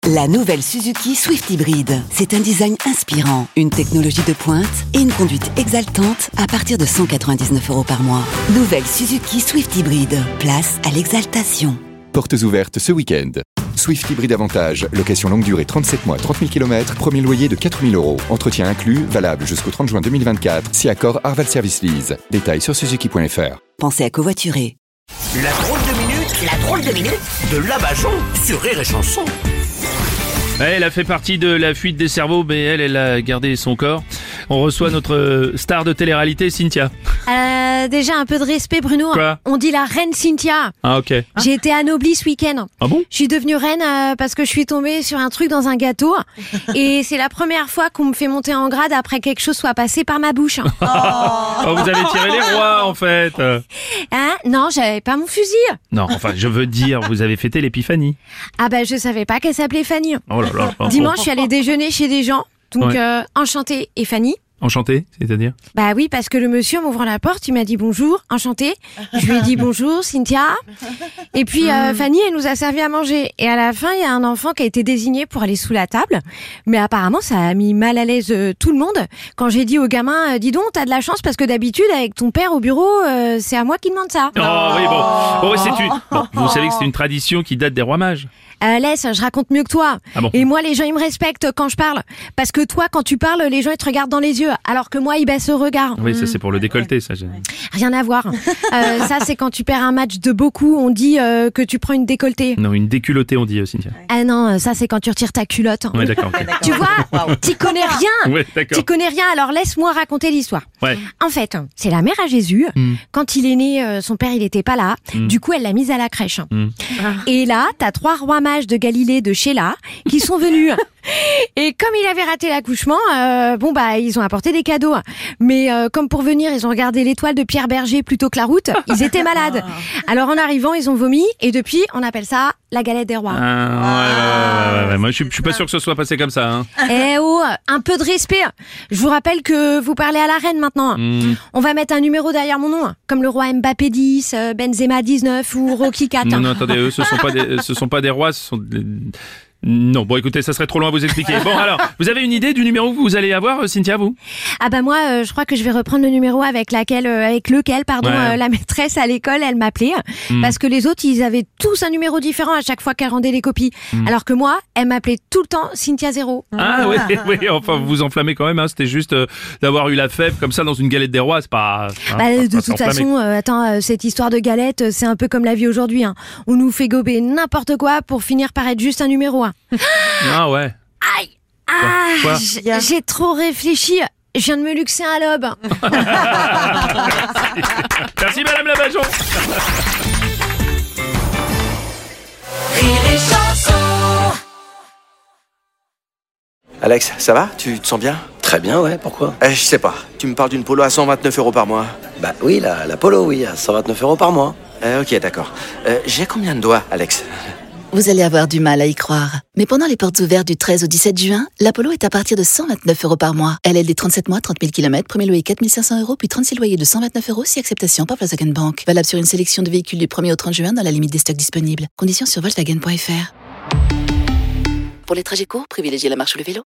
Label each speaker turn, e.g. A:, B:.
A: La nouvelle Suzuki Swift Hybrid. C'est un design inspirant, une technologie de pointe et une conduite exaltante à partir de 199 € par mois. Nouvelle Suzuki Swift Hybrid. Place à l'exaltation.
B: Portes ouvertes ce week-end. Swift Hybrid Avantage, location longue durée 37 mois, 30 000 km, premier loyer de 4 000 €. Entretien inclus, valable jusqu'au 30 juin 2024, si accord Arval Service Lease. Détails sur suzuki.fr.
A: Pensez à covoiturer.
C: La drôle de minute de Labajon sur Rire et Chanson.
D: Elle a fait partie de la fuite des cerveaux, mais elle a gardé son corps. On reçoit notre star de télé-réalité, Cynthia.
E: Déjà un peu de respect, Bruno.
D: Quoi ?
E: On dit la reine Cynthia.
D: Ah, ok.
E: J'ai été anoblie ce week-end.
D: Ah bon ?
E: Je suis devenue reine parce que je suis tombée sur un truc dans un gâteau. Et c'est la première fois qu'on me fait monter en grade après que quelque chose soit passé par ma bouche.
D: Oh, vous avez tiré les rois, en fait.
E: Hein ? Non, j'avais pas mon fusil.
D: Non, enfin, je veux dire, vous avez fêté l'épiphanie.
E: Ah bah je savais pas qu'elle s'appelait Fanny.
D: Oh là là.
E: Dimanche, je suis allée déjeuner chez des gens. Donc
D: Ouais.
E: enchantée et Fanny.
D: Enchanté, c'est-à-dire ?
E: Bah oui, parce que le monsieur m'ouvrant la porte, il m'a dit bonjour, enchanté. Je lui ai dit bonjour, Cynthia. Et puis Fanny, elle nous a servi à manger. Et à la fin, il y a un enfant qui a été désigné pour aller sous la table. Mais apparemment, ça a mis mal à l'aise tout le monde. Quand j'ai dit au gamin, dis donc, t'as de la chance parce que d'habitude, avec ton père au bureau, c'est à moi qui demande ça.
D: Oh oui, bon. Bon, vous savez que c'est une tradition qui date des rois mages.
E: Laisse, je raconte mieux que toi.
D: Ah bon ?
E: Et moi, les gens, ils me respectent quand je parle. Parce que toi, quand tu parles, les gens, ils te regardent dans les yeux. Alors que moi, ils baissent le regard.
D: Oui, ça c'est pour le décolleté, ça.
E: Rien à voir. Ça, c'est quand tu perds un match de beaucoup, on dit que tu prends une décolletée.
D: Non, une déculottée, on dit, Cynthia.
E: Ah non, ça, c'est quand tu retires ta culotte.
D: Ouais, d'accord. ok.
E: Tu vois, t'y connais rien.
D: Ouais, d'accord.
E: T'y connais rien, alors laisse-moi raconter l'histoire.
D: Ouais.
E: En fait, c'est la mère à Jésus. Quand il est né, son père, il était pas là. Du coup, elle l'a mise à la crèche. Et là, t'as 3 rois mages de Galilée de Sheila qui sont venus. Et comme il avait raté l'accouchement, ils ont apporté des cadeaux. Mais comme pour venir, ils ont regardé l'étoile de Pierre Berger plutôt que la route. Ils étaient malades. Alors en arrivant, ils ont vomi. Et depuis, on appelle ça la galette des rois.
D: Ouais. Moi, je suis pas sûr que ce soit passé comme ça. Hein.
E: Eh oh, un peu de respect. Je vous rappelle que vous parlez à la reine maintenant. On va mettre un numéro derrière mon nom, comme le roi Mbappé 10, Benzema 19 ou Rocky 4.
D: Non, attendez, eux, ce sont pas des rois, ce sont des... Non, bon, écoutez, ça serait trop loin à vous expliquer. Bon, alors, vous avez une idée du numéro que vous allez avoir, Cynthia, vous ?
E: Ah bah moi, je crois que je vais reprendre le numéro avec lequel,
D: Ouais.
E: la maîtresse à l'école, elle m'appelait. Parce que les autres, ils avaient tous un numéro différent à chaque fois qu'elle rendait les copies. Alors que moi, elle m'appelait tout le temps Cynthia 0.
D: Ah oui, enfin, vous vous enflammez quand même, hein. C'était juste d'avoir eu la fève comme ça dans une galette des rois, c'est pas...
E: De toute façon, cette histoire de galette, c'est un peu comme la vie aujourd'hui. Hein. On nous fait gober n'importe quoi pour finir par être juste un numéro 1.
D: Ah ouais.
E: Aïe!
D: Quoi
E: J'ai trop réfléchi. Je viens de me luxer un lobe.
D: Merci Madame Labajon.
F: Alex, ça va ? Tu te sens bien ?
G: Très bien, ouais, pourquoi ?
F: Je sais pas. Tu me parles d'une polo à 129 € par mois.
G: Bah oui, la polo, oui, à 129 € par mois.
F: Ok, d'accord. J'ai combien de doigts, Alex ?
H: Vous allez avoir du mal à y croire. Mais pendant les portes ouvertes du 13 au 17 juin, l'Apollo est à partir de 129 € par mois. LLD 37 mois, 30 000 km, premier loyer 4 500 €, puis 36 loyers de 129 € si acceptation par Volkswagen Bank. Valable sur une sélection de véhicules du 1er au 30 juin dans la limite des stocks disponibles. Conditions sur Volkswagen.fr. Pour les trajets courts, privilégiez la marche ou le vélo.